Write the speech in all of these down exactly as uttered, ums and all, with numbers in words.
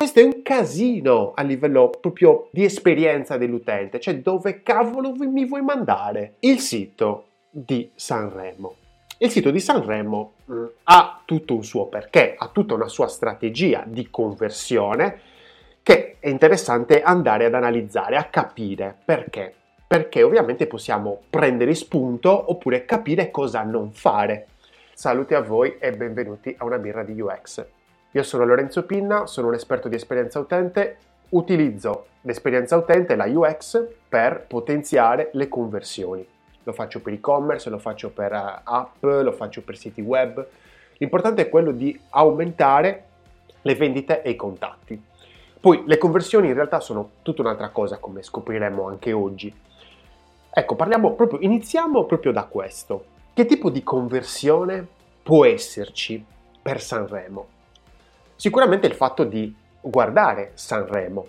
Questo è un casino a livello proprio di esperienza dell'utente, cioè dove cavolo mi vuoi mandare? Il sito di Sanremo. Il sito di Sanremo mh, ha tutto un suo perché, ha tutta una sua strategia di conversione che è interessante andare ad analizzare, a capire perché. Perché ovviamente possiamo prendere spunto oppure capire cosa non fare. Saluti a voi e benvenuti a una birra di U X. Io sono Lorenzo Pinna, sono un esperto di esperienza utente, utilizzo l'esperienza utente, la U X, per potenziare le conversioni. Lo faccio per e-commerce, lo faccio per app, lo faccio per siti web. L'importante è quello di aumentare le vendite e i contatti. Poi le conversioni in realtà sono tutta un'altra cosa, come scopriremo anche oggi. Ecco, parliamo proprio, iniziamo proprio da questo. Che tipo di conversione può esserci per Sanremo? Sicuramente il fatto di guardare Sanremo,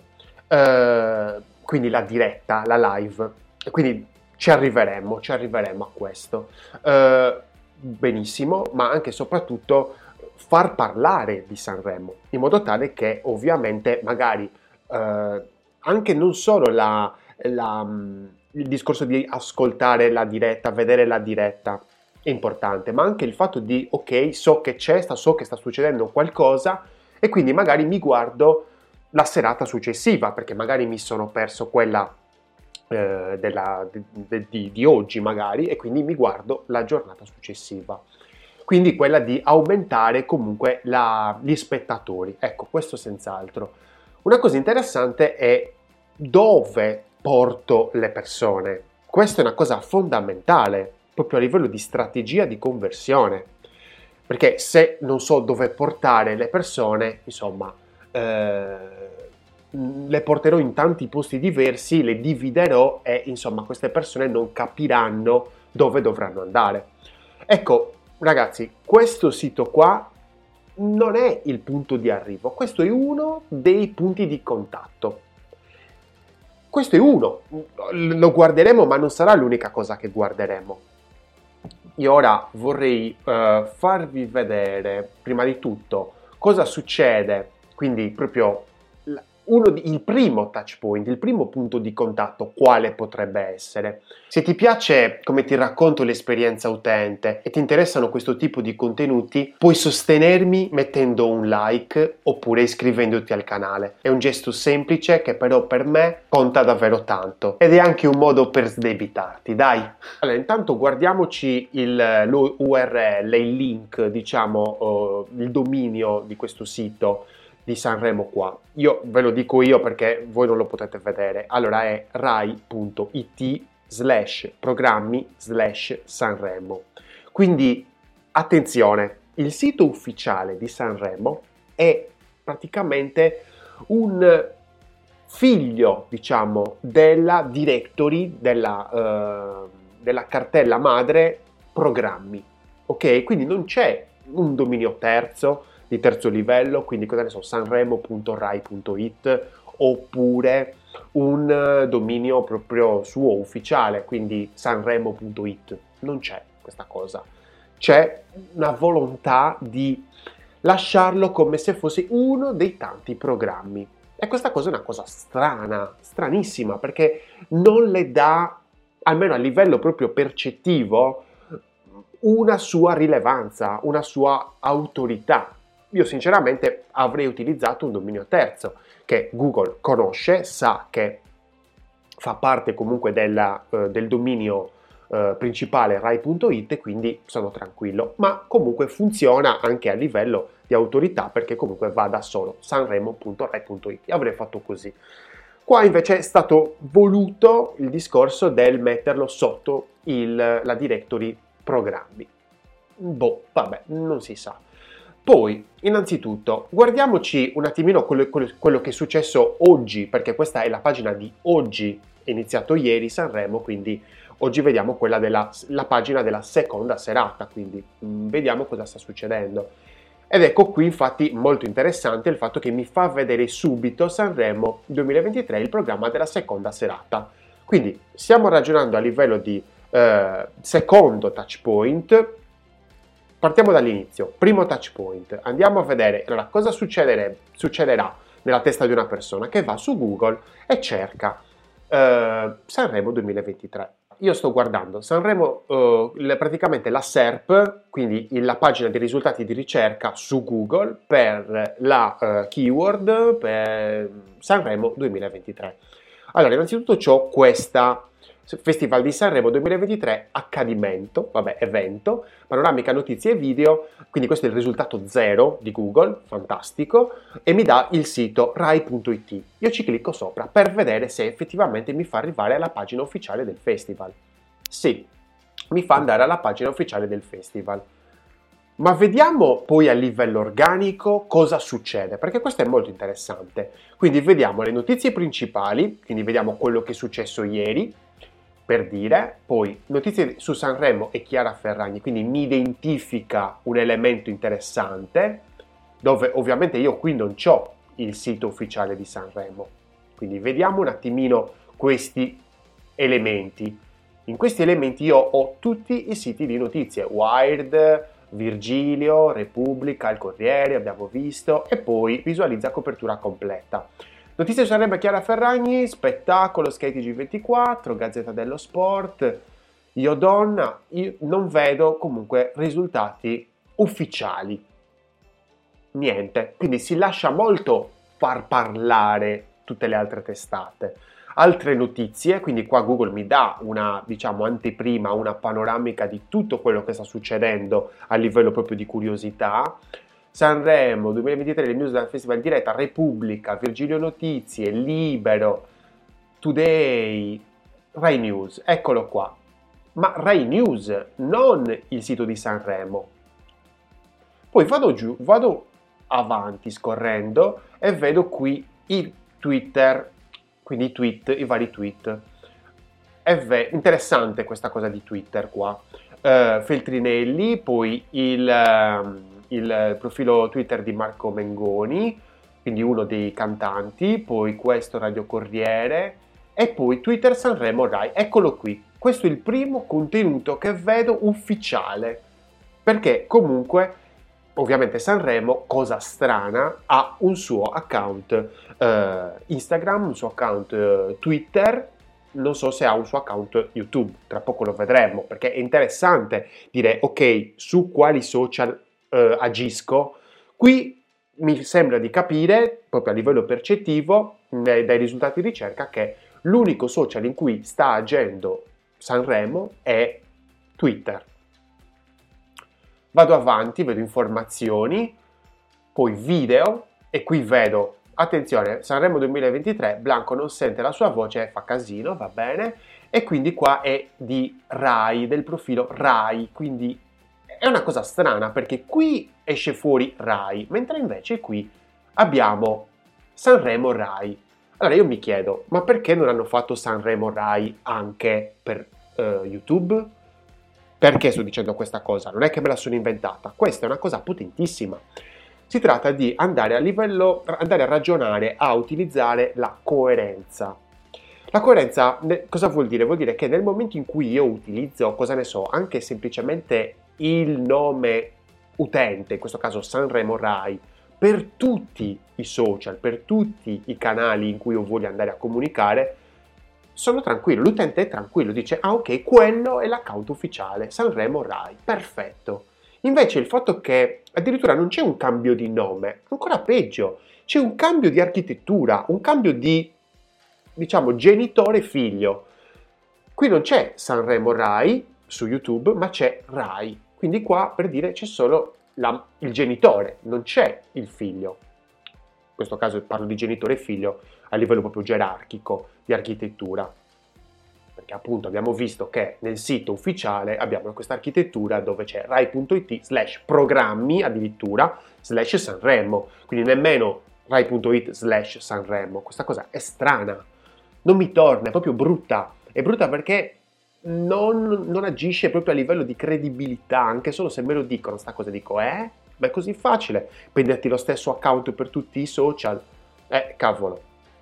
eh, quindi la diretta, la live, quindi ci arriveremo, ci arriveremo a questo. Eh, benissimo, ma anche e soprattutto far parlare di Sanremo, in modo tale che ovviamente magari eh, anche non solo la, la, il discorso di ascoltare la diretta, vedere la diretta è importante, ma anche il fatto di ok, so che c'è, so che sta succedendo qualcosa e quindi magari mi guardo la serata successiva, perché magari mi sono perso quella eh, della, de, de, di, di oggi magari, e quindi mi guardo la giornata successiva. Quindi quella di aumentare comunque la, gli spettatori. Ecco, questo senz'altro. Una cosa interessante è dove porto le persone. Questa è una cosa fondamentale, proprio a livello di strategia di conversione. Perché se non so dove portare le persone, insomma, eh, le porterò in tanti posti diversi, le dividerò e insomma queste persone non capiranno dove dovranno andare. Ecco, ragazzi, questo sito qua non è il punto di arrivo, questo è uno dei punti di contatto. Questo è uno, lo guarderemo, ma non sarà l'unica cosa che guarderemo. Io ora vorrei uh, farvi vedere, prima di tutto, cosa succede, quindi proprio uno di, il primo touch point, il primo punto di contatto, quale potrebbe essere. Se ti piace come ti racconto l'esperienza utente e ti interessano questo tipo di contenuti, puoi sostenermi mettendo un like oppure iscrivendoti al canale. È un gesto semplice che però per me conta davvero tanto ed è anche un modo per sdebitarti, dai. Allora, intanto guardiamoci il, l'U R L, il link, diciamo, uh, il dominio di questo sito di Sanremo qua. Io ve lo dico io perché voi non lo potete vedere. Allora è rai.it slash programmi slash Sanremo. Quindi attenzione, il sito ufficiale di Sanremo è praticamente un figlio, diciamo, della directory, della, uh, della cartella madre programmi. Ok? Quindi non c'è un dominio terzo di terzo livello, quindi cosa ne so, sanremo punto rai punto it oppure un dominio proprio suo ufficiale, quindi sanremo punto it. Non c'è questa cosa. C'è una volontà di lasciarlo come se fosse uno dei tanti programmi. E questa cosa è una cosa strana, stranissima, perché non le dà, almeno a livello proprio percettivo, una sua rilevanza, una sua autorità. Io sinceramente avrei utilizzato un dominio terzo che Google conosce, sa che fa parte comunque della, uh, del dominio uh, principale rai punto it e quindi sono tranquillo, ma comunque funziona anche a livello di autorità perché comunque va da solo, sanremo punto rai punto it. Avrei fatto così. Qua invece è stato voluto il discorso del metterlo sotto il, la directory programmi. Boh, vabbè, non si sa. Poi, innanzitutto, guardiamoci un attimino quello, quello, quello che è successo oggi, perché questa è la pagina di oggi, è iniziato ieri Sanremo, quindi oggi vediamo quella della la pagina della seconda serata, quindi mh, vediamo cosa sta succedendo. Ed ecco qui infatti molto interessante il fatto che mi fa vedere subito Sanremo duemilaventitré, il programma della seconda serata. Quindi stiamo ragionando a livello di eh, secondo touch point. Partiamo dall'inizio, primo touch point, andiamo a vedere allora, cosa succederà nella testa di una persona che va su Google e cerca eh, Sanremo duemilaventitré. Io sto guardando Sanremo, eh, praticamente la S E R P, quindi la pagina di risultati di ricerca su Google per la eh, keyword per Sanremo duemilaventitré. Allora, innanzitutto c'ho questa Festival di Sanremo duemilaventitré, accadimento, vabbè, evento, panoramica, notizie e video, quindi questo è il risultato zero di Google, fantastico, e mi dà il sito rai punto it. Io ci clicco sopra per vedere se effettivamente mi fa arrivare alla pagina ufficiale del festival. Sì, mi fa andare alla pagina ufficiale del festival. Ma vediamo poi a livello organico cosa succede, perché questo è molto interessante. Quindi vediamo le notizie principali, quindi vediamo quello che è successo ieri, per dire, poi notizie su Sanremo e Chiara Ferragni, quindi mi identifica un elemento interessante, dove ovviamente io qui non c'ho il sito ufficiale di Sanremo, quindi vediamo un attimino questi elementi. In questi elementi io ho tutti i siti di notizie, Wired, Virgilio, Repubblica, Il Corriere, abbiamo visto, e poi visualizza copertura completa. Notizie su Sanremo e Chiara Ferragni, spettacolo, Skate G ventiquattro, Gazzetta dello Sport, Io Donna, io non vedo comunque risultati ufficiali. Niente, quindi si lascia molto far parlare tutte le altre testate. Altre notizie, quindi qua Google mi dà una, diciamo, anteprima, una panoramica di tutto quello che sta succedendo a livello proprio di curiosità. Sanremo duemilaventitré, le news dal festival in diretta, Repubblica, Virgilio Notizie, Libero, Today, Rai News, eccolo qua. Ma Rai News, non il sito di Sanremo. Poi vado giù, vado avanti scorrendo e vedo qui i Twitter, quindi i tweet, i vari tweet. È ve- interessante questa cosa di Twitter qua. Uh, Feltrinelli, poi il... Um, il profilo Twitter di Marco Mengoni, quindi uno dei cantanti, poi questo Radio Corriere e poi Twitter Sanremo Rai. Eccolo qui, questo è il primo contenuto che vedo ufficiale, perché comunque ovviamente Sanremo, cosa strana, ha un suo account eh, Instagram, un suo account eh, Twitter, non so se ha un suo account YouTube, tra poco lo vedremo, perché è interessante dire ok, su quali social Uh, agisco. Qui mi sembra di capire, proprio a livello percettivo, dai, dai risultati di ricerca, che l'unico social in cui sta agendo Sanremo è Twitter. Vado avanti, vedo informazioni, poi video, e qui vedo, attenzione, Sanremo duemilaventitré, Blanco non sente la sua voce, fa casino, va bene, e quindi qua è di Rai, del profilo Rai, quindi è una cosa strana perché qui esce fuori Rai, mentre invece qui abbiamo Sanremo Rai. Allora io mi chiedo, ma perché non hanno fatto Sanremo Rai anche per uh, YouTube? Perché sto dicendo questa cosa? Non è che me la sono inventata, questa è una cosa potentissima. Si tratta di andare a livello, andare a ragionare, a utilizzare la coerenza. La coerenza cosa vuol dire? Vuol dire che nel momento in cui io utilizzo, cosa ne so, anche semplicemente il nome utente, in questo caso Sanremo Rai, per tutti i social, per tutti i canali in cui io voglio andare a comunicare, sono tranquillo, l'utente è tranquillo, dice ah ok, quello è l'account ufficiale, Sanremo Rai, perfetto. Invece il fatto che addirittura non c'è un cambio di nome, ancora peggio, c'è un cambio di architettura, un cambio di, diciamo, genitore-figlio. Qui non c'è Sanremo Rai su YouTube, ma c'è Rai. Quindi qua, per dire, c'è solo la, il genitore, non c'è il figlio. In questo caso parlo di genitore e figlio a livello proprio gerarchico, di architettura. Perché appunto abbiamo visto che nel sito ufficiale abbiamo questa architettura dove c'è rai punto it slash programmi addirittura slash Sanremo. Quindi nemmeno rai punto it slash Sanremo. Questa cosa è strana. Non mi torna, è proprio brutta. È brutta perché Non, non agisce proprio a livello di credibilità, anche solo se me lo dicono sta cosa dico, eh? Ma è così facile prenderti lo stesso account per tutti i social, eh, cavolo.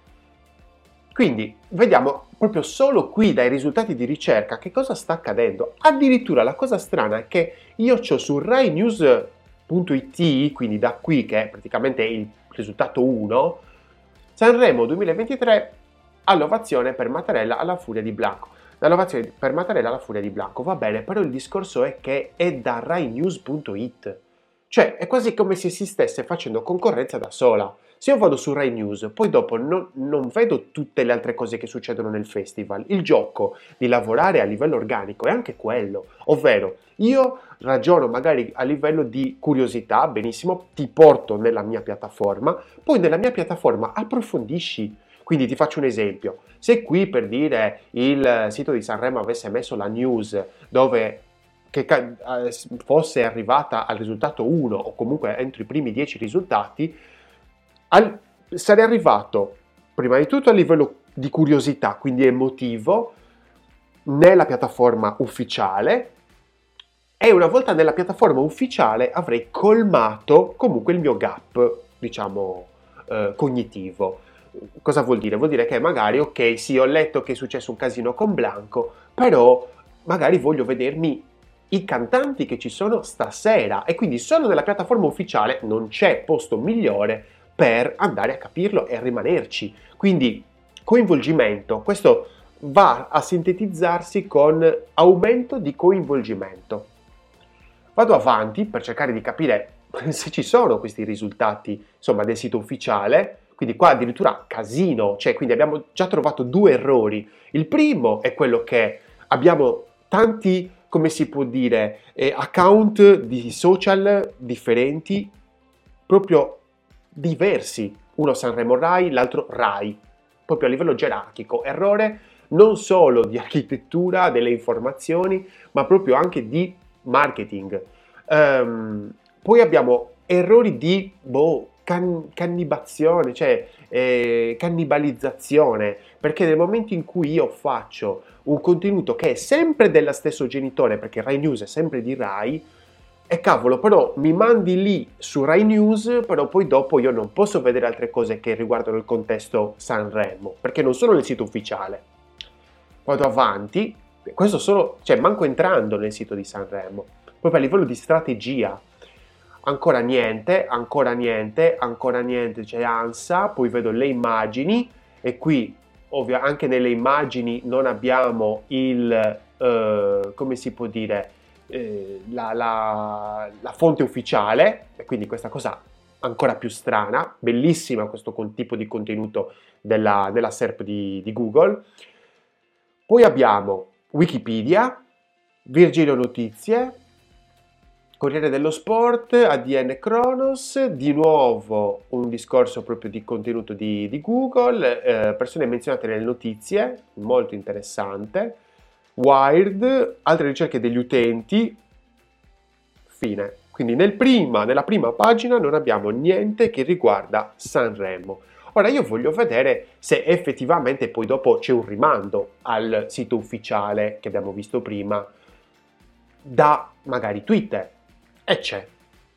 Quindi vediamo proprio solo qui dai risultati di ricerca che cosa sta accadendo. Addirittura la cosa strana è che io c'ho su rai news punto it, quindi da qui che è praticamente il risultato uno, Sanremo duemilaventitré, all'ovazione per Mattarella alla Furia di Blanco. L'ovazione per Mattarella alla Furia di Blanco, va bene, però il discorso è che è da rai news punto it. Cioè, è quasi come se si stesse facendo concorrenza da sola. Se io vado su Rai News, poi dopo non, non vedo tutte le altre cose che succedono nel festival. Il gioco di lavorare a livello organico è anche quello. Ovvero, io ragiono magari a livello di curiosità, benissimo, ti porto nella mia piattaforma, poi nella mia piattaforma approfondisci. Quindi ti faccio un esempio. Se qui, per dire, il sito di Sanremo avesse messo la news dove che fosse arrivata al risultato uno o comunque entro i primi dieci risultati, al, sarei arrivato prima di tutto a livello di curiosità, quindi emotivo, nella piattaforma ufficiale, e una volta nella piattaforma ufficiale avrei colmato comunque il mio gap, diciamo, eh, cognitivo. Cosa vuol dire? Vuol dire che magari, ok, sì, ho letto che è successo un casino con Blanco, però magari voglio vedermi i cantanti che ci sono stasera, e quindi solo nella piattaforma ufficiale non c'è posto migliore per andare a capirlo e a rimanerci. Quindi coinvolgimento, questo va a sintetizzarsi con aumento di coinvolgimento. Vado avanti per cercare di capire se ci sono questi risultati, insomma, del sito ufficiale. Quindi qua addirittura casino, cioè quindi abbiamo già trovato due errori. Il primo è quello che abbiamo tanti, come si può dire, eh, account di social differenti, proprio diversi. Uno Sanremo Rai, l'altro Rai, proprio a livello gerarchico. Errore non solo di architettura delle informazioni, ma proprio anche di marketing. Um, poi abbiamo errori di boh, can- cannibazione, cioè eh, cannibalizzazione, perché nel momento in cui io faccio un contenuto che è sempre dello stesso genitore, perché Rai News è sempre di Rai, e cavolo, però mi mandi lì su Rai News, però poi dopo io non posso vedere altre cose che riguardano il contesto Sanremo, perché non sono nel sito ufficiale. Vado avanti, questo solo, cioè manco entrando nel sito di Sanremo, proprio a livello di strategia. Ancora niente, ancora niente, ancora niente, c'è ANSA, poi vedo le immagini, e qui ovvio anche nelle immagini non abbiamo il, eh, come si può dire, eh, la, la, la fonte ufficiale, e quindi questa cosa ancora più strana, bellissima questo tipo di contenuto della, della S E R P di, di Google. Poi abbiamo Wikipedia, Virgilio Notizie, Corriere dello Sport, A D N Kronos, di nuovo un discorso proprio di contenuto di, di Google, eh, persone menzionate nelle notizie, molto interessante, Wired, altre ricerche degli utenti, fine. Quindi nel prima, nella prima pagina non abbiamo niente che riguarda Sanremo. Ora io voglio vedere se effettivamente poi dopo c'è un rimando al sito ufficiale che abbiamo visto prima da magari Twitter. E c'è.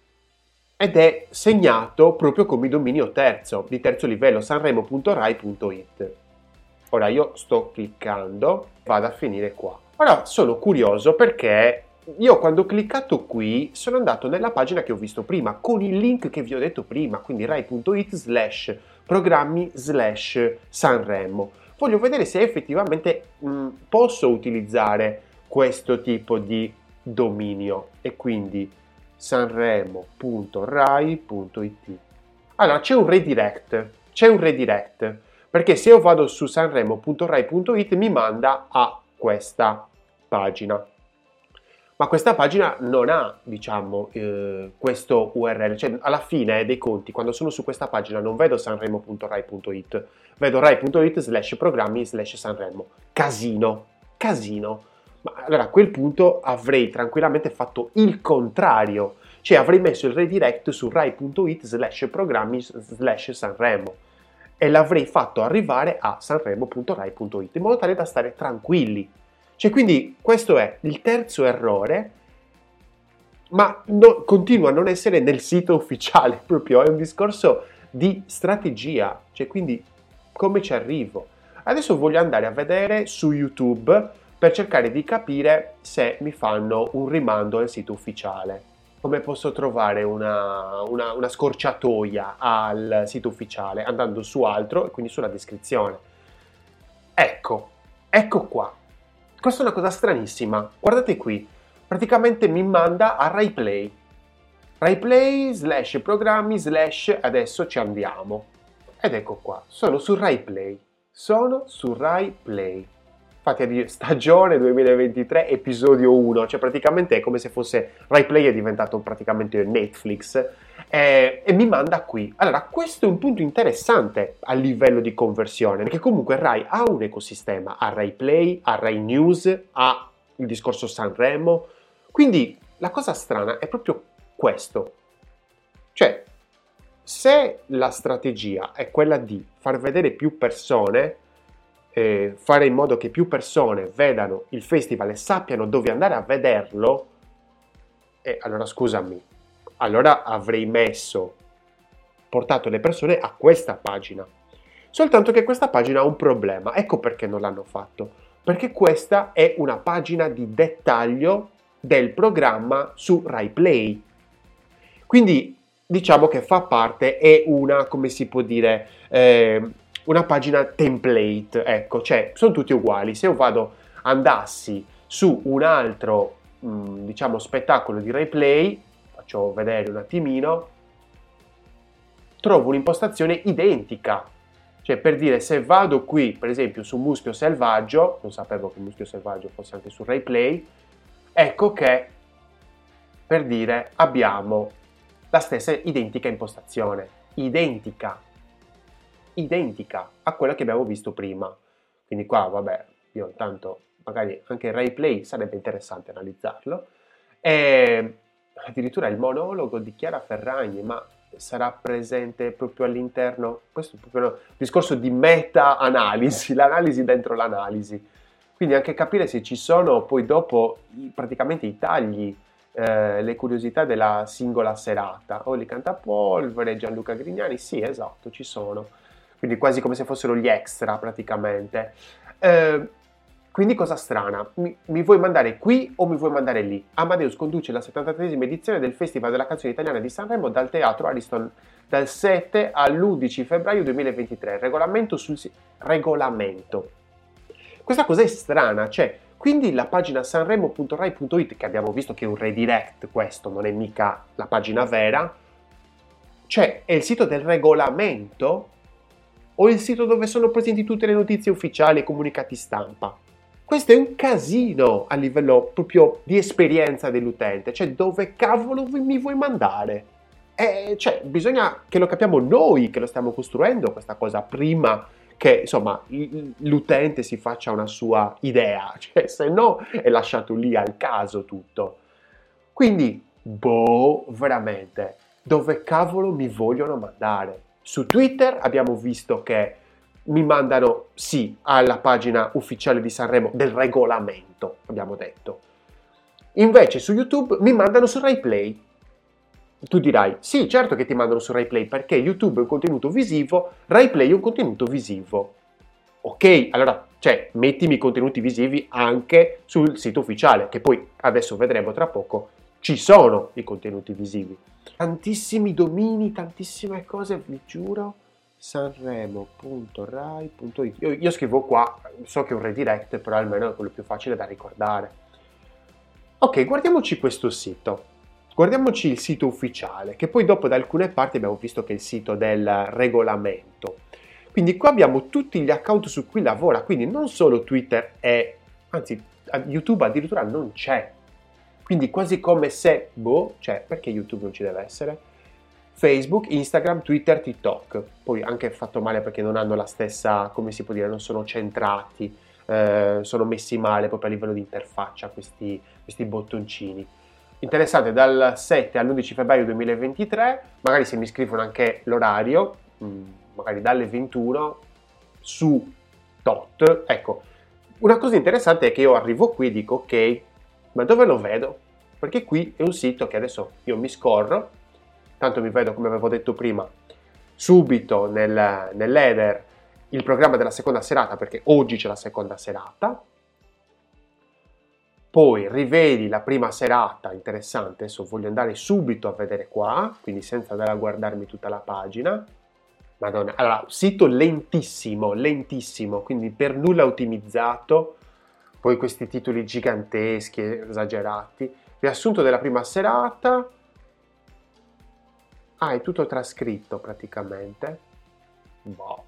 Ed è segnato proprio come dominio terzo, di terzo livello, sanremo punto rai punto it. Ora io sto cliccando, vado a finire qua. Ora sono curioso perché io quando ho cliccato qui sono andato nella pagina che ho visto prima, con il link che vi ho detto prima, quindi rai punto it slash programmi slash Sanremo. Voglio vedere se effettivamente mh, posso utilizzare questo tipo di dominio, e quindi sanremo punto rai punto it. Allora c'è un redirect, c'è un redirect, perché se io vado su sanremo punto rai punto it mi manda a questa pagina, ma questa pagina non ha, diciamo, eh, questo U R L, cioè alla fine dei conti quando sono su questa pagina non vedo sanremo punto rai punto it, vedo rai punto it slash programmi slash sanremo. Casino, casino. Ma allora a quel punto avrei tranquillamente fatto il contrario, cioè avrei messo il redirect su rai punto it slash programmi slash Sanremo e l'avrei fatto arrivare a sanremo punto rai punto it in modo tale da stare tranquilli. Cioè quindi questo è il terzo errore, ma no, continua a non essere nel sito ufficiale, proprio è un discorso di strategia, cioè quindi come ci arrivo? Adesso voglio andare a vedere su YouTube per cercare di capire se mi fanno un rimando al sito ufficiale. come posso trovare una, una, una scorciatoia al sito ufficiale? Andando su altro e quindi sulla descrizione. Ecco, ecco qua. Questa è una cosa stranissima. Guardate qui. Praticamente mi manda a RaiPlay. RaiPlay slash programmi slash adesso ci andiamo. Ed ecco qua. Sono su RaiPlay. Sono su RaiPlay. Infatti a dire stagione duemilaventitré episodio uno, cioè praticamente è come se fosse RaiPlay è diventato praticamente Netflix eh, e mi manda qui. Allora questo è un punto interessante a livello di conversione, perché comunque Rai ha un ecosistema, ha RaiPlay, ha Rai News, ha il discorso Sanremo, quindi la cosa strana è proprio questo, cioè se la strategia è quella di far vedere più persone, Eh, fare in modo che più persone vedano il festival e sappiano dove andare a vederlo, e allora scusami, allora avrei messo, portato le persone a questa pagina. Soltanto che questa pagina ha un problema, ecco perché non l'hanno fatto, perché questa è una pagina di dettaglio del programma su RaiPlay. Quindi diciamo che fa parte, è una, come si può dire, eh, una pagina template, ecco, cioè sono tutti uguali. Se io vado, andassi su un altro, mh, diciamo, spettacolo di RaiPlay, faccio vedere un attimino, trovo un'impostazione identica. Cioè, per dire, se vado qui, per esempio, su Muschio Selvaggio, non sapevo che Muschio Selvaggio fosse anche su RaiPlay, ecco che, per dire, abbiamo la stessa identica impostazione, identica. identica a quella che abbiamo visto prima. Quindi qua, vabbè, io intanto magari anche RaiPlay sarebbe interessante analizzarlo. E addirittura il monologo di Chiara Ferragni, ma sarà presente proprio all'interno, questo è proprio un discorso di meta-analisi, l'analisi dentro l'analisi. Quindi anche capire se ci sono poi dopo praticamente i tagli, eh, le curiosità della singola serata. Olli Cantapolvere, Gianluca Grignani, sì, esatto, ci sono. Quindi quasi come se fossero gli extra praticamente. Eh, quindi cosa strana, mi, mi vuoi mandare qui o mi vuoi mandare lì? Amadeus conduce la settantatreesima edizione del Festival della canzone italiana di Sanremo dal Teatro Ariston dal sette all'undici febbraio duemilaventitré. Regolamento sul regolamento. Questa cosa è strana, cioè, quindi la pagina sanremo punto rai punto it, che abbiamo visto che è un redirect questo, non è mica la pagina vera, cioè è il sito del regolamento o il sito dove sono presenti tutte le notizie ufficiali e comunicati stampa. Questo è un casino a livello proprio di esperienza dell'utente, cioè dove cavolo mi vuoi mandare? E cioè bisogna che lo capiamo noi che lo stiamo costruendo questa cosa prima che insomma l'utente si faccia una sua idea, cioè se no è lasciato lì al caso tutto. Quindi, boh, veramente, dove cavolo mi vogliono mandare? Su Twitter abbiamo visto che mi mandano sì alla pagina ufficiale di Sanremo del regolamento, abbiamo detto. Invece su YouTube mi mandano su RaiPlay. Tu dirai, sì, certo che ti mandano su RaiPlay perché YouTube è un contenuto visivo, RaiPlay è un contenuto visivo. Ok, allora, cioè, mettimi i contenuti visivi anche sul sito ufficiale, che poi adesso vedremo tra poco, ci sono i contenuti visivi. Tantissimi domini, tantissime cose, vi giuro. sanremo punto rai punto it. Io, io scrivo qua, so che è un redirect, però almeno è quello più facile da ricordare. Ok, guardiamoci questo sito. Guardiamoci il sito ufficiale, che poi dopo da alcune parti abbiamo visto che è il sito del regolamento. Quindi qua abbiamo tutti gli account su cui lavora, quindi non solo Twitter e, anzi, YouTube addirittura non c'è. Quindi quasi come se, boh, cioè, perché YouTube non ci deve essere? Facebook, Instagram, Twitter, TikTok. Poi anche fatto male perché non hanno la stessa, come si può dire, non sono centrati, eh, sono messi male proprio a livello di interfaccia questi, questi bottoncini. Interessante, dal sette all'undici febbraio duemilaventitré, magari se mi scrivono anche l'orario, magari dalle ventuno su tot. Ecco, una cosa interessante è che io arrivo qui e dico ok, ma dove lo vedo? Perché qui è un sito che adesso io mi scorro, tanto mi vedo, come avevo detto prima, subito nel, nell'header il programma della seconda serata, perché oggi c'è la seconda serata. Poi rivedi la prima serata, interessante, adesso voglio andare subito a vedere qua, quindi senza andare a guardarmi tutta la pagina. Madonna, allora, sito lentissimo, lentissimo, quindi per nulla ottimizzato, poi questi titoli giganteschi, esagerati. Riassunto della prima serata, ah, è tutto trascritto praticamente. Boh.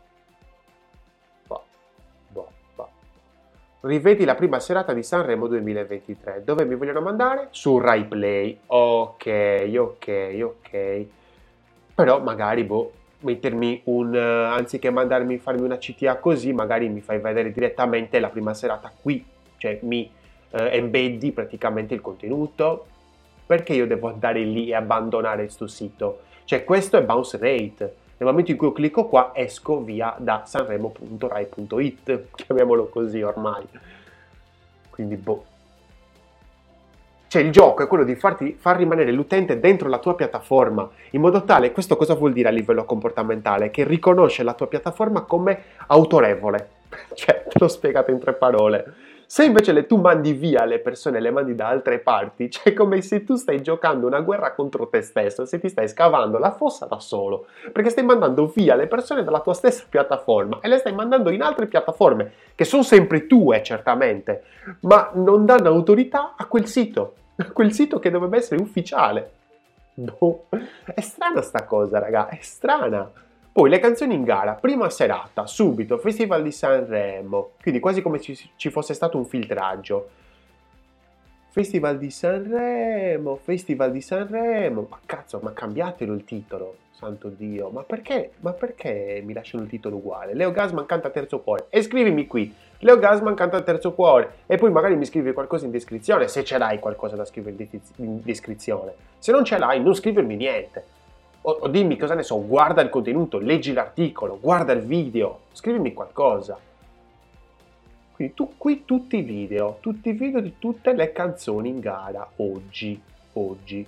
Boh. Boh. Boh. Rivedi la prima serata di Sanremo duemilaventitré. Dove mi vogliono mandare? Su Rai Play. Ok, ok, ok. Però magari, boh, mettermi un... Uh, anziché mandarmi, farmi una C T A così, magari mi fai vedere direttamente la prima serata qui. Cioè mi uh, embeddi praticamente il contenuto. Perché io devo andare lì e abbandonare questo sito? Cioè questo è bounce rate. Nel momento in cui io clicco qua esco via da sanremo punto rai punto it, chiamiamolo così ormai. Quindi boh. Cioè il gioco è quello di farti, far rimanere l'utente dentro la tua piattaforma, in modo tale, questo cosa vuol dire a livello comportamentale? Che riconosce la tua piattaforma come autorevole. Cioè, te l'ho spiegato in tre parole. Se invece le, tu mandi via le persone, le mandi da altre parti, cioè come se tu stai giocando una guerra contro te stesso, se ti stai scavando la fossa da solo, perché stai mandando via le persone dalla tua stessa piattaforma e le stai mandando in altre piattaforme, che sono sempre tue certamente, ma non danno autorità a quel sito, a quel sito che dovrebbe essere ufficiale. Boh. È strana sta cosa, raga, è strana. Poi le canzoni in gara, prima serata, subito, Festival di Sanremo, quindi quasi come ci, ci fosse stato un filtraggio. Festival di Sanremo, Festival di Sanremo, ma cazzo, ma cambiatelo il titolo, santo Dio, ma perché, ma perché mi lasciano il titolo uguale? Leo Gasman canta Terzo Cuore, e scrivimi qui, Leo Gasman canta Terzo Cuore, e poi magari mi scrivi qualcosa in descrizione, se ce l'hai qualcosa da scrivere in descrizione, se non ce l'hai non scrivermi niente. O, o dimmi cosa ne so, guarda il contenuto, leggi l'articolo, guarda il video, scrivimi qualcosa. Quindi tu qui tutti i video, tutti i video di tutte le canzoni in gara oggi, oggi.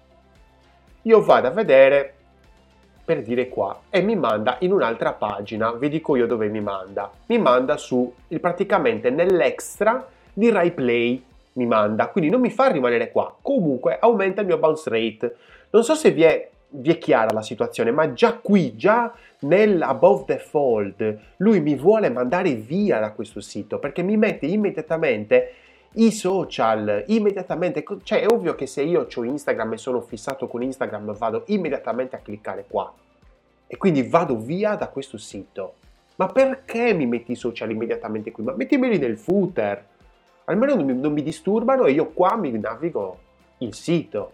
Io vado a vedere, per dire qua, e mi manda in un'altra pagina, vi dico io dove mi manda. Mi manda su, praticamente nell'extra di Rai Play, mi manda, quindi non mi fa rimanere qua, comunque aumenta il mio bounce rate. Non so se vi è vi è chiara la situazione, ma già qui, già nel above the fold, lui mi vuole mandare via da questo sito perché mi mette immediatamente i social, immediatamente, cioè è ovvio che se io ho Instagram e sono fissato con Instagram vado immediatamente a cliccare qua e quindi vado via da questo sito. Ma perché mi metti i social immediatamente qui? Ma mettimeli nel footer, almeno non mi, non mi disturbano e io qua mi navigo il sito.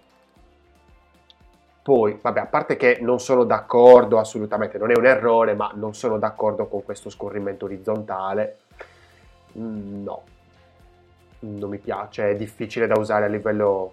Poi, vabbè, a parte che non sono d'accordo assolutamente, non è un errore, ma non sono d'accordo con questo scorrimento orizzontale. No, non mi piace, è difficile da usare a livello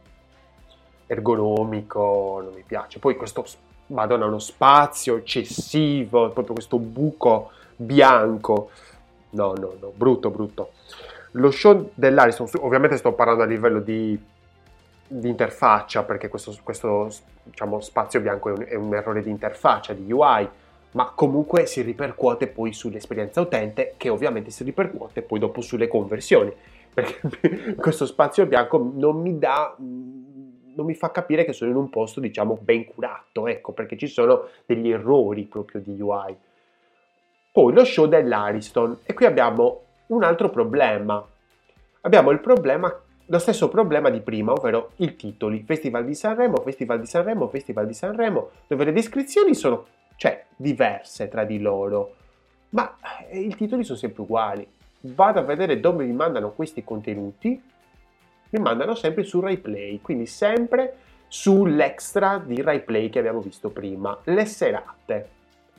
ergonomico, non mi piace. Poi questo, madonna, uno spazio eccessivo, proprio questo buco bianco. No, no, no, brutto, brutto. Lo show dell'Ariston, ovviamente sto parlando a livello di di interfaccia, perché questo, questo diciamo, spazio bianco è un, è un errore di interfaccia, di U I, ma comunque si ripercuote poi sull'esperienza utente, che ovviamente si ripercuote poi dopo sulle conversioni, perché questo spazio bianco non mi dà, non mi fa capire che sono in un posto, diciamo, ben curato, ecco, perché ci sono degli errori proprio di U I. Poi lo show dell'Ariston, e qui abbiamo un altro problema, abbiamo il problema Lo stesso problema di prima, ovvero i titoli, Festival di Sanremo, Festival di Sanremo, Festival di Sanremo, dove le descrizioni sono, cioè, diverse tra di loro, ma eh, i titoli sono sempre uguali. Vado a vedere dove mi mandano questi contenuti, mi mandano sempre su Rai Play, quindi sempre sull'extra di Rai Play che abbiamo visto prima, le serate.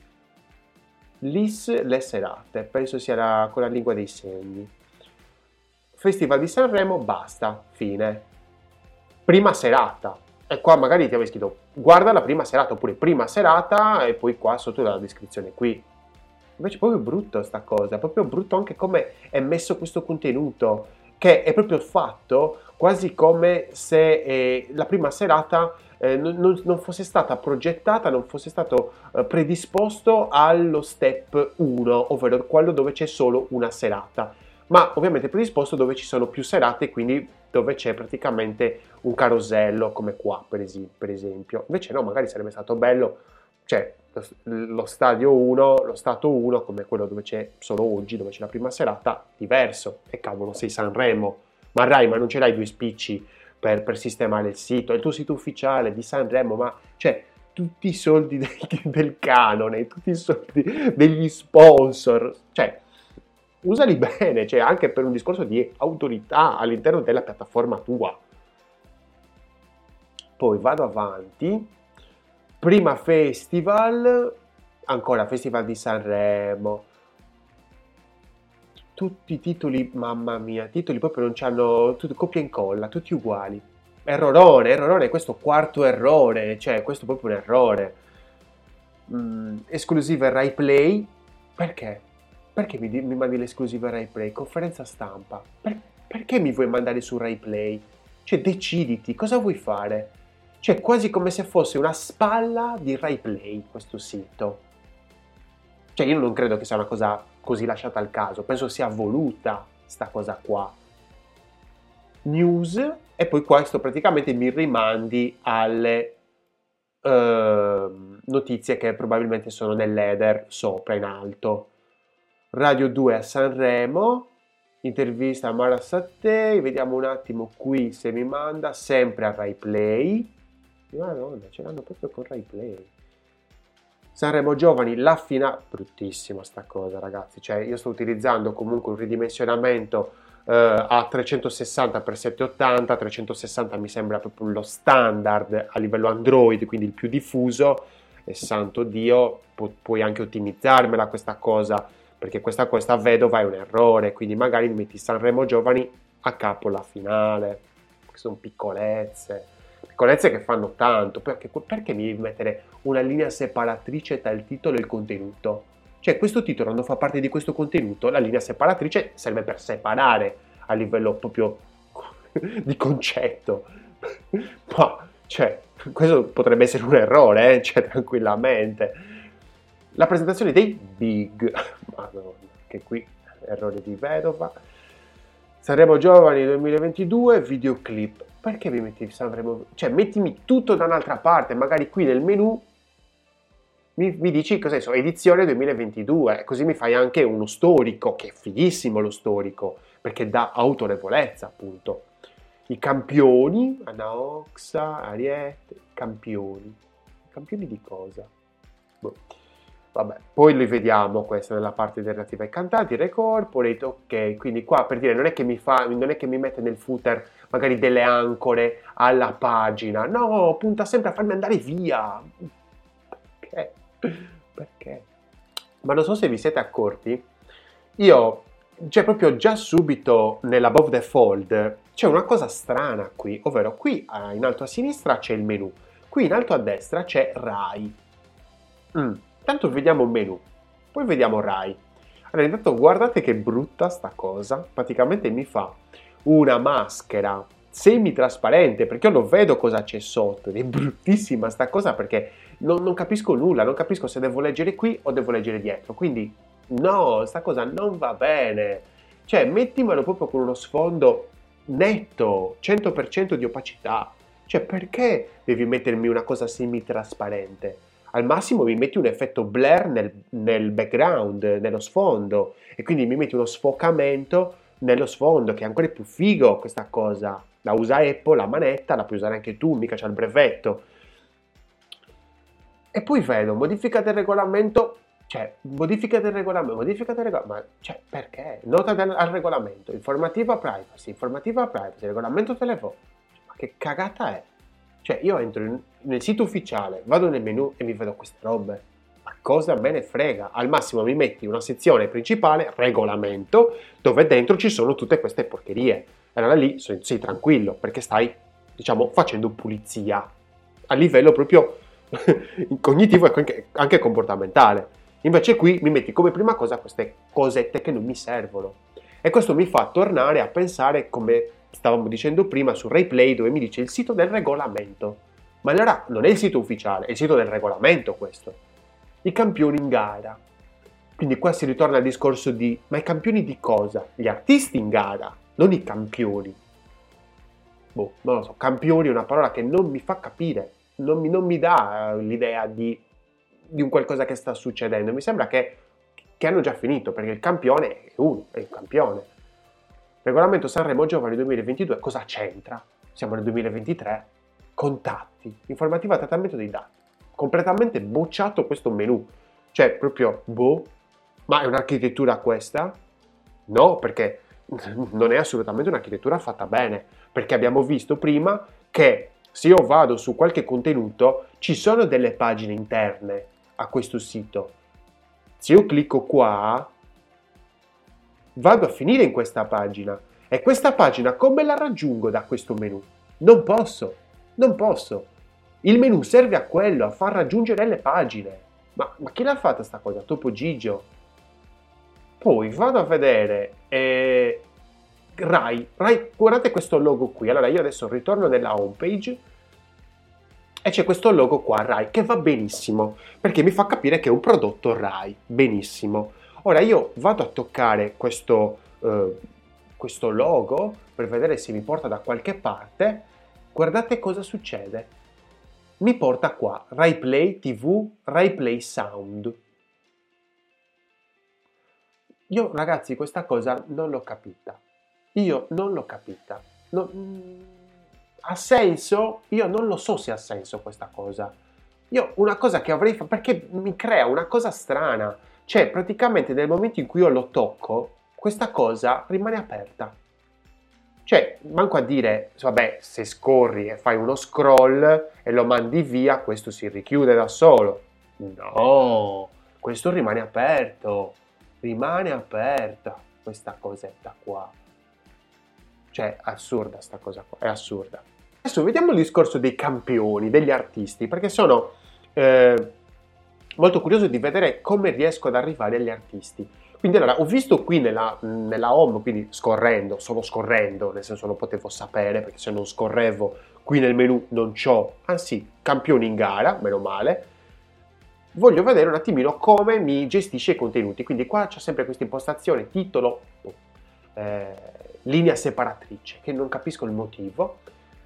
Lis, le serate, penso sia la, con la lingua dei segni. Festival di Sanremo, basta, fine. Prima serata. E qua magari ti avevi scritto, guarda la prima serata, oppure prima serata, e poi qua sotto la descrizione qui. Invece è proprio brutto sta cosa, è proprio brutto anche come è messo questo contenuto, che è proprio fatto quasi come se eh, la prima serata eh, non, non fosse stata progettata, non fosse stato eh, predisposto allo step uno, ovvero quello dove c'è solo una serata. ma ovviamente predisposto dove ci sono più serate, quindi dove c'è praticamente un carosello come qua per, es- per esempio. Invece no, magari sarebbe stato bello, cioè lo, lo stadio uno, lo stato uno come quello dove c'è solo oggi, dove c'è la prima serata, diverso. E cavolo, sei Sanremo. Ma Rai, ma non ce l'hai due spicci per, per sistemare il sito? È il tuo sito ufficiale di Sanremo, ma cioè tutti i soldi del, del canone, tutti i soldi degli sponsor, cioè usali bene, cioè anche per un discorso di autorità all'interno della piattaforma tua. Poi vado avanti, prima festival, ancora Festival di Sanremo, tutti i titoli, mamma mia, titoli proprio non c'hanno, tutti, copia e incolla, tutti uguali. Errorone, errorone, questo quarto errore, cioè questo è proprio un errore. Mm, esclusive Rai Play, perché? Perché mi, di- mi mandi l'esclusiva Rai Play? Conferenza stampa, Per- perché mi vuoi mandare su Rai Play? Cioè deciditi, cosa vuoi fare? Cioè quasi come se fosse una spalla di Rai Play questo sito. Cioè io non credo che sia una cosa così lasciata al caso, penso sia voluta sta cosa qua. News e poi questo praticamente mi rimandi alle eh, notizie che probabilmente sono nell'header sopra in alto. Radio due a Sanremo, intervista a Mara Sattei, vediamo un attimo qui se mi manda, sempre a Rai Play. Madonna, ce l'hanno proprio con Rai Play. Sanremo Giovani, la finale, bruttissima sta cosa ragazzi, cioè io sto utilizzando comunque un ridimensionamento eh, a trecentosessanta per settecentottanta, trecentosessanta mi sembra proprio lo standard a livello Android, quindi il più diffuso, e santo Dio, pu- puoi anche ottimizzarmela questa cosa, perché questa, questa vedova è un errore, quindi magari metti Sanremo Giovani a capo la finale, che sono piccolezze. Piccolezze che fanno tanto, perché, perché mi devi mettere una linea separatrice tra il titolo e il contenuto? Cioè questo titolo non fa parte di questo contenuto, la linea separatrice serve per separare a livello proprio di concetto. Ma, cioè, questo potrebbe essere un errore, eh? Cioè, tranquillamente. La presentazione dei Big, madonna, che qui errore di vedova. Sanremo Giovani duemilaventidue, videoclip. Perché vi metti Sanremo? Cioè, mettimi tutto da un'altra parte, magari qui nel menu mi, mi dici cos'è, so, edizione duemilaventidue, così mi fai anche uno storico, che è fighissimo lo storico, perché dà autorevolezza, appunto. I campioni, Anna Oxa, Ariete, campioni. Campioni di cosa? Boh. Vabbè, poi li vediamo questa nella parte relativa ai cantanti, re corporate, ok, quindi qua per dire non è che mi fa, non è che mi mette nel footer magari delle ancore alla pagina, no, punta sempre a farmi andare via. Perché? Perché? Ma non so se vi siete accorti, io, c'è proprio già subito nell'above the fold, c'è una cosa strana qui, ovvero qui ah, in alto a sinistra c'è il menu, qui in alto a destra c'è Rai. Mm. Tanto vediamo il menu, poi vediamo Rai. Allora, intanto guardate che brutta sta cosa. Praticamente mi fa una maschera semi-trasparente, perché io non vedo cosa c'è sotto. Ed è bruttissima sta cosa perché non, non capisco nulla, non capisco se devo leggere qui o devo leggere dietro. Quindi no, sta cosa non va bene. Cioè, mettimelo proprio con uno sfondo netto, cento per cento di opacità. Cioè, perché devi mettermi una cosa semi-trasparente? Al massimo mi metti un effetto blur nel, nel background, nello sfondo, e quindi mi metti uno sfocamento nello sfondo, che è ancora più figo questa cosa. La usa Apple, la manetta, la puoi usare anche tu, mica c'è il brevetto. E poi vedo, modifica del regolamento, cioè, modifica del regolamento, modifica del regolamento, ma cioè, perché? Nota del, al regolamento, informativa privacy, informativa privacy, regolamento telefono. Ma che cagata è? Cioè, io entro in, nel sito ufficiale, vado nel menu e mi vedo queste robe. Ma cosa me ne frega? Al massimo mi metti una sezione principale, regolamento, dove dentro ci sono tutte queste porcherie. Allora lì sei, sei tranquillo, perché stai, diciamo, facendo pulizia. A livello proprio cognitivo e anche, anche comportamentale. Invece qui mi metti come prima cosa queste cosette che non mi servono. E questo mi fa tornare a pensare, come stavamo dicendo prima, su Rai Play, dove mi dice il sito del regolamento. Ma allora non è il sito ufficiale, è il sito del regolamento questo. I campioni in gara. Quindi qua si ritorna al discorso di, ma i campioni di cosa? Gli artisti in gara, non i campioni. Boh, non lo so, campioni è una parola che non mi fa capire, non mi, non mi dà uh, l'idea di, di un qualcosa che sta succedendo. Mi sembra che, che hanno già finito, perché il campione è uno, è il campione. Regolamento Sanremo Giovani duemilaventidue, cosa c'entra? Siamo nel duemilaventitré. Contatti, informativa trattamento dei dati. Completamente bocciato questo menu. Cioè, proprio, boh, ma è un'architettura questa? No, perché non è assolutamente un'architettura fatta bene, perché abbiamo visto prima che se io vado su qualche contenuto ci sono delle pagine interne a questo sito. Se io clicco qua, vado a finire in questa pagina. E questa pagina come la raggiungo da questo menu? Non posso, non posso. Il menu serve a quello, a far raggiungere le pagine. Ma, ma chi l'ha fatta sta cosa? Topo Gigio? Poi vado a vedere eh, Rai. Rai, guardate questo logo qui. Allora io adesso ritorno nella homepage e c'è questo logo qua, Rai, che va benissimo, perché mi fa capire che è un prodotto Rai. Benissimo. Ora io vado a toccare questo, eh, questo logo per vedere se mi porta da qualche parte. Guardate cosa succede. Mi porta qua, Rai Play ti vu, Rai Play Sound. Io ragazzi questa cosa non l'ho capita, io non l'ho capita, non... ha senso? Io non lo so se ha senso questa cosa, io una cosa che avrei fatto, perché mi crea una cosa strana, cioè praticamente nel momento in cui io lo tocco, questa cosa rimane aperta, cioè manco a dire, vabbè se scorri e fai uno scroll e lo mandi via, questo si richiude da solo, no, questo rimane aperto. Rimane aperta questa cosetta qua. Cioè, assurda sta cosa qua, è assurda. Adesso vediamo il discorso dei campioni, degli artisti, perché sono eh, molto curioso di vedere come riesco ad arrivare agli artisti. Quindi allora, ho visto qui nella, nella home, quindi scorrendo, solo scorrendo, nel senso non potevo sapere, perché se non scorrevo qui nel menu non c'ho, anzi, campioni in gara, meno male. Voglio vedere un attimino come mi gestisce i contenuti, quindi qua c'è sempre questa impostazione, titolo, eh, linea separatrice, che non capisco il motivo,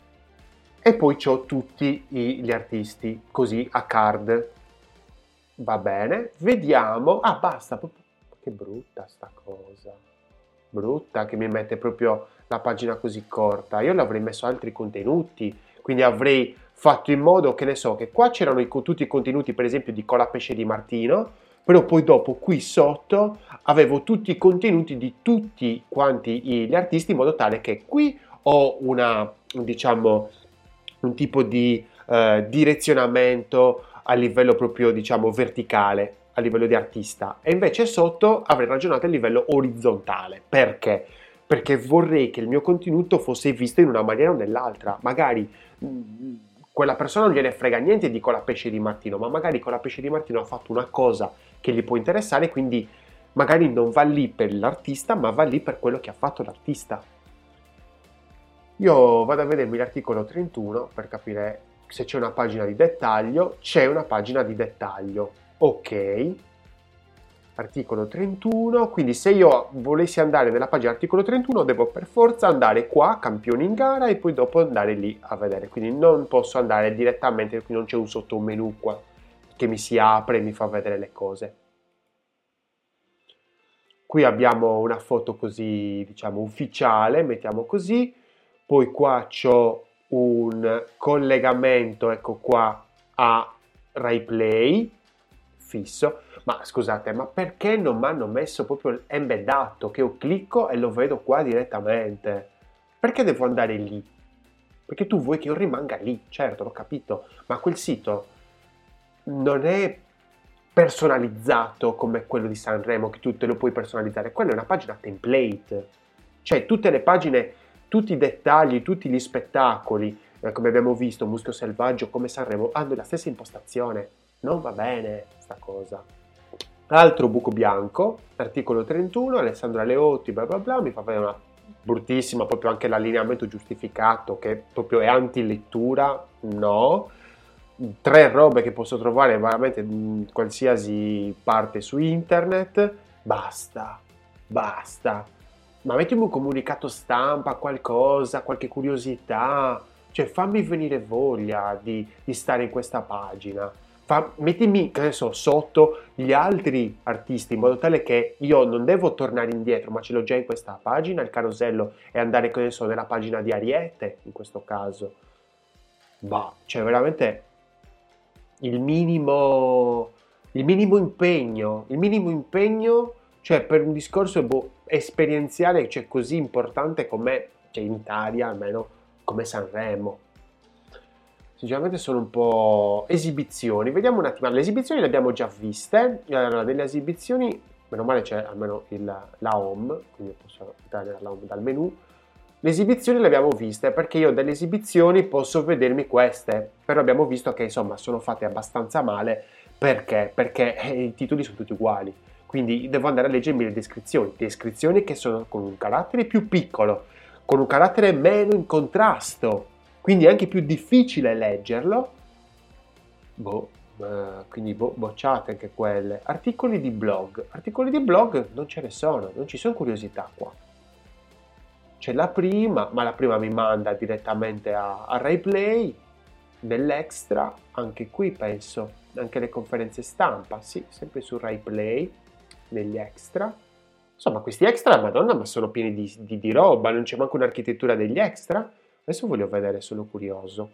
e poi c'ho tutti gli artisti, così a card, va bene, vediamo, ah basta, che brutta sta cosa, brutta che mi mette proprio la pagina così corta, io l'avrei messo altri contenuti, quindi avrei fatto in modo che ne so, che qua c'erano i, tutti i contenuti per esempio di Colapesce di Martino, però poi dopo qui sotto avevo tutti i contenuti di tutti quanti gli artisti in modo tale che qui ho una, diciamo, un tipo di eh, direzionamento a livello proprio, diciamo, verticale, a livello di artista, e invece sotto avrei ragionato a livello orizzontale. Perché? Perché vorrei che il mio contenuto fosse visto in una maniera o nell'altra, magari mh, quella persona non gliene frega niente di Colapesce di Martino, ma magari Colapesce di Martino ha fatto una cosa che gli può interessare, quindi magari non va lì per l'artista, ma va lì per quello che ha fatto l'artista. Io vado a vedermi l'articolo trentuno per capire se c'è una pagina di dettaglio. C'è una pagina di dettaglio, ok. Articolo trentuno, quindi se io volessi andare nella pagina articolo trentuno devo per forza andare qua, campioni in gara, e poi dopo andare lì a vedere, quindi non posso andare direttamente, qui non c'è un sottomenu qua che mi si apre e mi fa vedere le cose. Qui abbiamo una foto così, diciamo, ufficiale, mettiamo così, poi qua c'ho un collegamento, ecco qua, a Rai Play, fisso. Ma scusate, ma perché non mi hanno messo proprio embeddato, che io clicco e lo vedo qua direttamente? Perché devo andare lì? Perché tu vuoi che io rimanga lì, certo, l'ho capito, ma quel sito non è personalizzato come quello di Sanremo, che tu te lo puoi personalizzare, quella è una pagina template, cioè tutte le pagine, tutti i dettagli, tutti gli spettacoli, eh, come abbiamo visto, Muschio Selvaggio, come Sanremo, hanno la stessa impostazione, non va bene sta cosa. Altro buco bianco, articolo trentuno, Alessandro Aleotti, bla bla bla, mi fa vedere una bruttissima, proprio anche l'allineamento giustificato, che proprio è anti-lettura, no. tre robe che posso trovare veramente in qualsiasi parte su internet, basta, basta. Ma mettimi un comunicato stampa, qualcosa, qualche curiosità, cioè fammi venire voglia di, di stare in questa pagina. Fa- mettimi, che ne so, sotto gli altri artisti in modo tale che io non devo tornare indietro, ma ce l'ho già in questa pagina, il carosello, e andare, che ne so, nella pagina di Ariete, in questo caso. Bah, cioè veramente il minimo, il minimo impegno, il minimo impegno, cioè per un discorso boh, esperienziale, cioè così importante come, cioè in Italia almeno, come Sanremo. Sinceramente sono un po' esibizioni. Vediamo un attimo, le esibizioni le abbiamo già viste. Allora, nelle esibizioni, meno male c'è almeno il, la home, quindi posso entrare nella home dal menu. Le esibizioni le abbiamo viste perché io dalle esibizioni posso vedermi queste, però abbiamo visto che insomma sono fatte abbastanza male. Perché? Perché eh, i titoli sono tutti uguali, quindi devo andare a leggermi le descrizioni, descrizioni che sono con un carattere più piccolo, con un carattere meno in contrasto, quindi è anche più difficile leggerlo. Boh, eh, quindi boh, bocciate anche quelle. Articoli di blog, articoli di blog non ce ne sono, non ci sono curiosità qua. C'è la prima, ma la prima mi manda direttamente a, a RaiPlay, nell'extra, anche qui penso, anche le conferenze stampa, sì, sempre su RaiPlay, negli extra. Insomma, questi extra, madonna, ma sono pieni di, di, di roba, non c'è manco un'architettura degli extra. Adesso voglio vedere, sono curioso.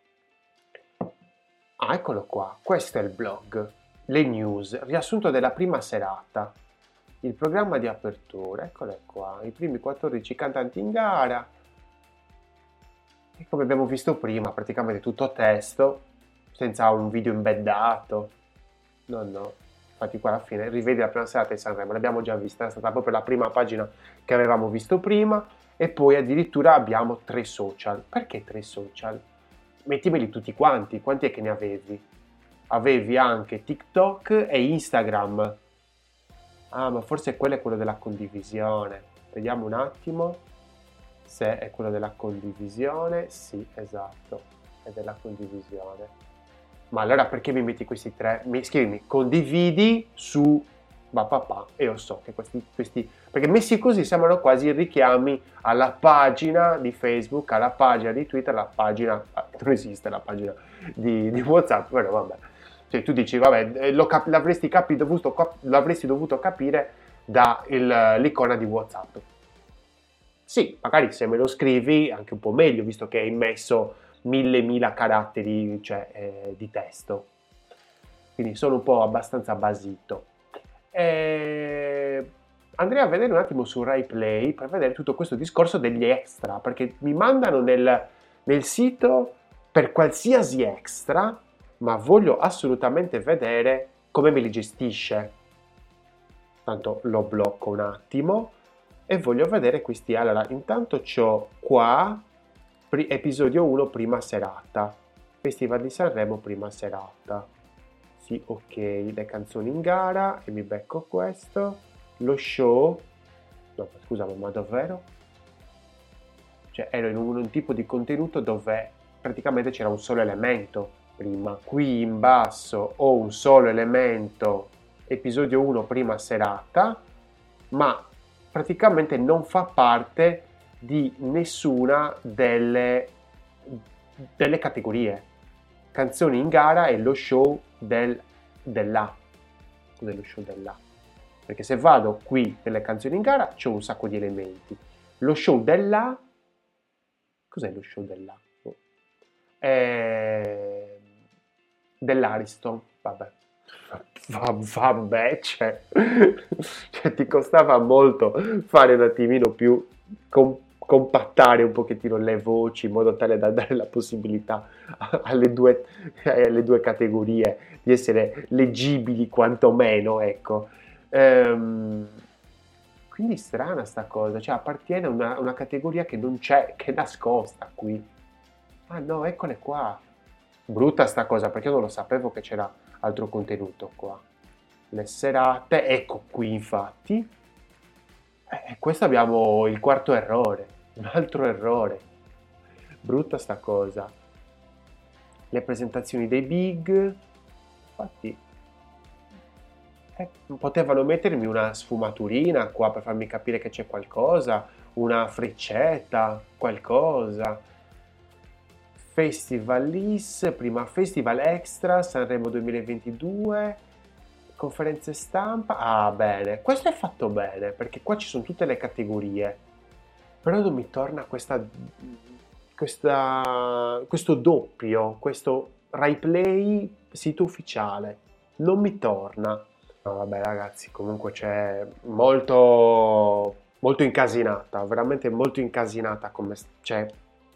Ah, eccolo qua, questo è il blog, le news, riassunto della prima serata. Il programma di apertura, eccole qua, i primi quattordici cantanti in gara, e come abbiamo visto prima, praticamente tutto testo, senza un video embeddato, no no, infatti qua alla fine rivedi la prima serata di Sanremo, l'abbiamo già vista, è stata proprio la prima pagina che avevamo visto prima, e poi addirittura abbiamo tre social. Perché tre social? Mettimeli tutti quanti, quanti è che ne avevi? Avevi anche TikTok e Instagram. Ah, ma forse quello è quello della condivisione. Vediamo un attimo se è quello della condivisione. Sì, esatto, è della condivisione. Ma allora perché mi metti questi tre? Mi, scrivimi condividi su papà e io so che questi, questi... Perché messi così sembrano quasi richiami alla pagina di Facebook, alla pagina di Twitter, alla pagina... Non esiste la pagina di, di WhatsApp, però vabbè. Cioè tu dici, vabbè, lo cap- l'avresti, capi- dovuto, cap- l'avresti dovuto capire dall'icona di WhatsApp. Sì, magari se me lo scrivi anche un po' meglio, visto che hai messo mille mila caratteri, cioè, eh, di testo. Quindi sono un po' abbastanza basito. E... andrei a vedere un attimo su RaiPlay per vedere tutto questo discorso degli extra, perché mi mandano nel, nel sito per qualsiasi extra, ma voglio assolutamente vedere come me li gestisce. Tanto lo blocco un attimo e voglio vedere questi. Allora, intanto c'ho qua pri- episodio uno prima serata, Festival di Sanremo prima serata. Sì, ok, le canzoni in gara e mi becco questo. Lo show. No, scusa, ma davvero? Cioè, ero in un, un tipo di contenuto dove praticamente c'era un solo elemento prima. Qui in basso ho un solo elemento, episodio uno prima serata, ma praticamente non fa parte di nessuna delle, delle categorie. Canzoni in gara e lo show del, dell'A. Cos'è lo show dell'A? Perché se vado qui nelle canzoni in gara c'ho un sacco di elementi. Lo show dell'A. Cos'è lo show dell'A? Oh. Eh, dell'Ariston, vabbè. Vabbè, cioè, cioè, ti costava molto fare un attimino più com- compattare un pochettino le voci in modo tale da dare la possibilità alle due, alle due categorie di essere leggibili quantomeno, ecco. Ehm, quindi strana sta cosa, cioè appartiene a una, una categoria che non c'è, che è nascosta qui. Ah no, eccole qua. Brutta sta cosa, perché io non lo sapevo che c'era altro contenuto qua. Le serate, ecco qui infatti. E questo abbiamo il quarto errore, un altro errore. Brutta sta cosa. le presentazioni dei big. Infatti eh, potevano mettermi una sfumaturina qua per farmi capire che c'è qualcosa, una freccetta, qualcosa. Festival I S, prima Festival Extra, Sanremo duemilaventidue, conferenze stampa. Ah, bene, questo è fatto bene perché qua ci sono tutte le categorie, però non mi torna questa, questa, questo doppio, questo Rai Play sito ufficiale, non mi torna. No, vabbè ragazzi, comunque c'è molto, molto incasinata, veramente molto incasinata come, cioè,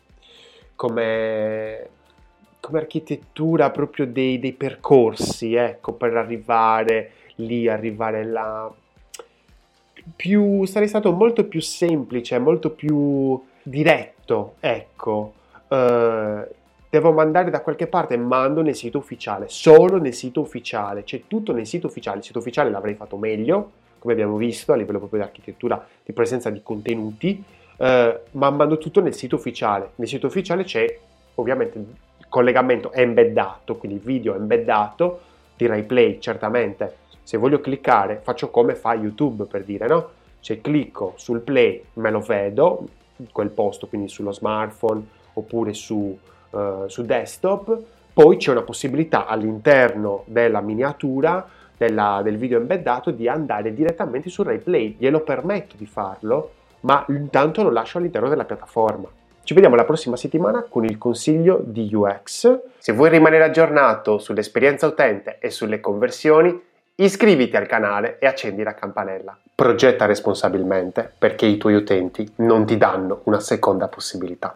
come, come architettura proprio dei, dei percorsi, ecco, per arrivare lì, arrivare là. Più, sarei stato molto più semplice, molto più diretto, ecco. Eh, devo mandare da qualche parte, mando nel sito ufficiale, solo nel sito ufficiale, c'è tutto nel sito ufficiale. Il sito ufficiale l'avrei fatto meglio, come abbiamo visto, a livello proprio di architettura, di presenza di contenuti, eh, ma mando tutto nel sito ufficiale. Nel sito ufficiale c'è ovviamente il collegamento embeddato, quindi il video embeddato di Rai Play, certamente. Se voglio cliccare, faccio come fa YouTube, per dire, no? Se clicco sul play, me lo vedo, in quel posto, quindi sullo smartphone oppure su, uh, su desktop. Poi c'è una possibilità all'interno della miniatura della, del video embeddato di andare direttamente su Rai Play. Glielo permetto di farlo, ma intanto lo lascio all'interno della piattaforma. Ci vediamo la prossima settimana con il consiglio di U X. Se vuoi rimanere aggiornato sull'esperienza utente e sulle conversioni, iscriviti al canale e accendi la campanella. Progetta responsabilmente perché i tuoi utenti non ti danno una seconda possibilità.